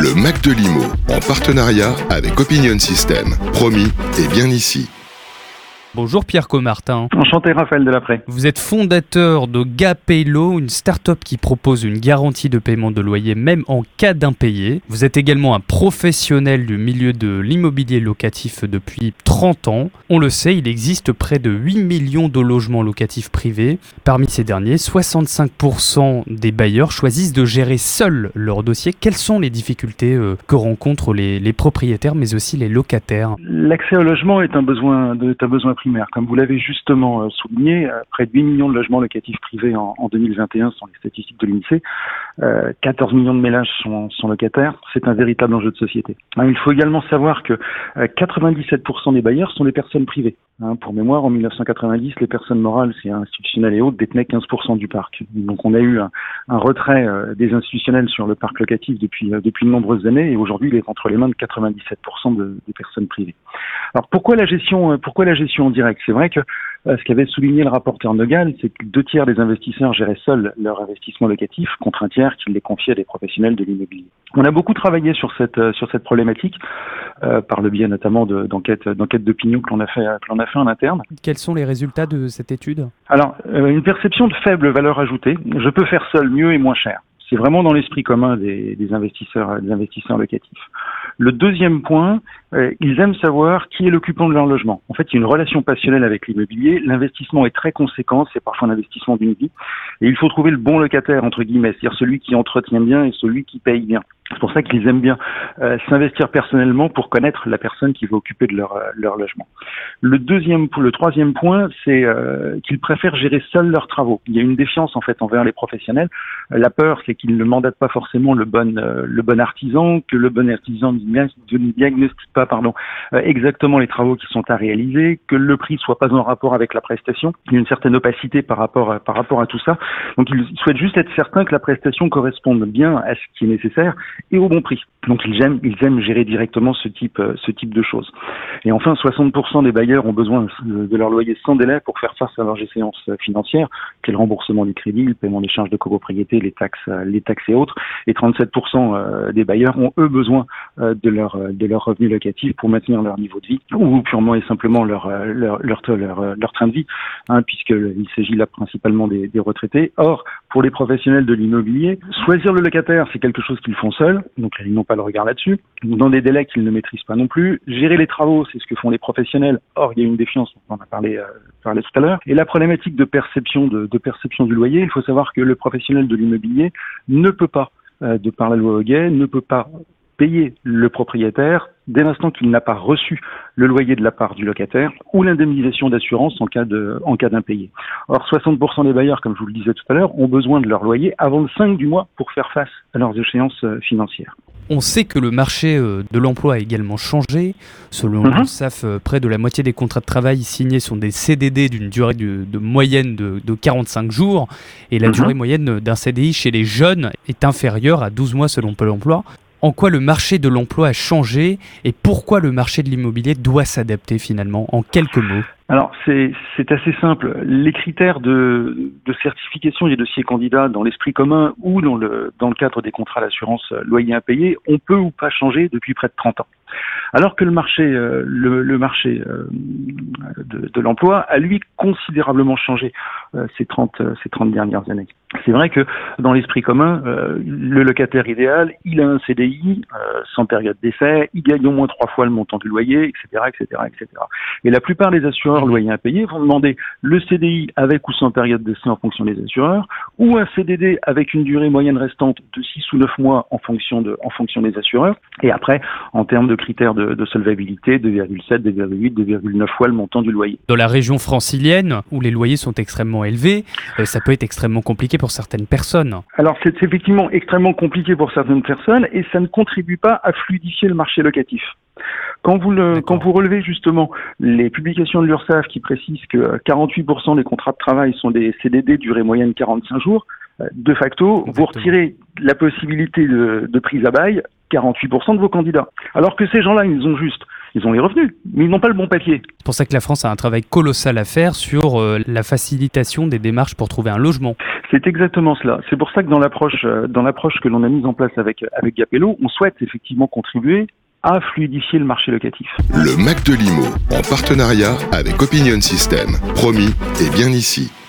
Le Mac de l'IMO, en partenariat avec Opinion System. Promis, et bien ici. Bonjour Pierre Comartin. Enchanté Raphaël Delaprée. Vous êtes fondateur de GaPayLo, une start-up qui propose une garantie de paiement de loyer même en cas d'impayé. Vous êtes également un professionnel du milieu de l'immobilier locatif depuis 30 ans. On le sait, il existe près de 8 millions de logements locatifs privés. Parmi ces derniers, 65% des bailleurs choisissent de gérer seuls leur dossier. Quelles sont les difficultés que rencontrent les propriétaires mais aussi les locataires ? L'accès au logement est un besoin primaire. Comme vous l'avez justement souligné, près de 8 millions de logements locatifs privés en 2021 sont les statistiques de l'INSEE. 14 millions de ménages sont locataires. C'est un véritable enjeu de société. Il faut également savoir que 97% des bailleurs sont des personnes privées. Pour mémoire, en 1990, les personnes morales, c'est institutionnelles et autres, détenaient 15% du parc. Donc on a eu un retrait des institutionnels sur le parc locatif depuis de nombreuses années, et aujourd'hui il est entre les mains de 97% des personnes privées. Alors pourquoi la gestion en direct ? C'est vrai que ce qu'avait souligné le rapporteur Nogal, c'est que 2/3 des investisseurs géraient seuls leur investissement locatif, contre un tiers qui les confiait à des professionnels de l'immobilier. On a beaucoup travaillé sur cette problématique, par le biais notamment d'enquêtes d'opinion que l'on a fait en interne. Quels sont les résultats de cette étude ? Alors, une perception de faible valeur ajoutée. Je peux faire seul mieux et moins cher. C'est vraiment dans l'esprit commun des investisseurs locatifs. Le deuxième point, ils aiment savoir qui est l'occupant de leur logement. En fait, il y a une relation passionnelle avec l'immobilier. L'investissement est très conséquent, c'est parfois un investissement d'une vie. Et il faut trouver le bon locataire, entre guillemets, c'est-à-dire celui qui entretient bien et celui qui paye bien. C'est pour ça qu'ils aiment bien s'investir personnellement pour connaître la personne qui va occuper de leur logement. Le troisième point, c'est qu'ils préfèrent gérer seuls leurs travaux. Il y a une défiance en fait envers les professionnels. La peur, c'est qu'ils ne mandatent pas forcément le bon artisan, que le bon artisan ne diagnostique pas exactement les travaux qui sont à réaliser, que le prix soit pas en rapport avec la prestation. Il y a une certaine opacité par rapport à tout ça. Donc ils souhaitent juste être certains que la prestation corresponde bien à ce qui est nécessaire et au bon prix. Donc ils aiment gérer directement ce type de choses. Et enfin, 60% des bailleurs ont besoin de leur loyer sans délai pour faire face à leurs échéances financières, qui est le remboursement du crédit, le paiement des charges de copropriété, les taxes et autres. Et 37% des bailleurs ont eux besoin de leur revenu locatif pour maintenir leur niveau de vie ou purement et simplement leur train de vie, puisqu'il s'agit là principalement des retraités. Or, pour les professionnels de l'immobilier, choisir le locataire, c'est quelque chose qu'ils font seuls, donc ils n'ont pas le regard là-dessus, dans des délais qu'ils ne maîtrisent pas non plus. Gérer les travaux, c'est ce que font les professionnels. Or, il y a une défiance, on en a parlé tout à l'heure. Et la problématique de perception du loyer, il faut savoir que le professionnel de l'immobilier ne peut pas, de par la loi Hoguet, ne peut pas payer le propriétaire dès l'instant qu'il n'a pas reçu le loyer de la part du locataire ou l'indemnisation d'assurance en cas d'impayé. Or, 60% des bailleurs, comme je vous le disais tout à l'heure, ont besoin de leur loyer avant le 5 du mois pour faire face à leurs échéances financières. On sait que le marché de l'emploi a également changé. Selon l'URSSAF, près de la moitié des contrats de travail signés sont des CDD d'une durée de moyenne de 45 jours. Et la durée moyenne d'un CDI chez les jeunes est inférieure à 12 mois selon Pôle emploi. En quoi le marché de l'emploi a changé et pourquoi le marché de l'immobilier doit s'adapter finalement, en quelques mots ? Alors, c'est assez simple. Les critères de certification des dossiers candidats dans l'esprit commun ou dans le cadre des contrats d'assurance loyer impayé ont peu ou pas changé depuis près de 30 ans. Alors que le marché de l'emploi a, lui, considérablement changé ces 30 dernières années. C'est vrai que dans l'esprit commun, le locataire idéal, il a un CDI sans période d'essai, il gagne au moins 3 fois le montant du loyer, etc., etc., etc. Et la plupart des assureurs loyers impayés vont demander le CDI avec ou sans période d'essai en fonction des assureurs, ou un CDD avec une durée moyenne restante de 6 ou 9 mois en fonction des assureurs. Et après, en termes de critères de solvabilité, 2,7, 2,8, 2,9 fois le montant du loyer. Dans la région francilienne, où les loyers sont extrêmement élevés, ça peut être extrêmement compliqué pour certaines personnes. Alors c'est effectivement extrêmement compliqué pour certaines personnes et ça ne contribue pas à fluidifier le marché locatif. Quand vous relevez justement les publications de l'URSSAF qui précisent que 48% des contrats de travail sont des CDD durée moyenne 45 jours, de facto, vous retirez la possibilité de prise à bail 48% de vos candidats. Alors que ces gens-là, ils ont les revenus, mais ils n'ont pas le bon papier. C'est pour ça que la France a un travail colossal à faire sur la facilitation des démarches pour trouver un logement. C'est exactement cela. C'est pour ça que dans l'approche que l'on a mise en place avec Gapello, on souhaite effectivement contribuer à fluidifier le marché locatif. Le Mac de l'IMO, en partenariat avec Opinion System. Promis, et bien ici.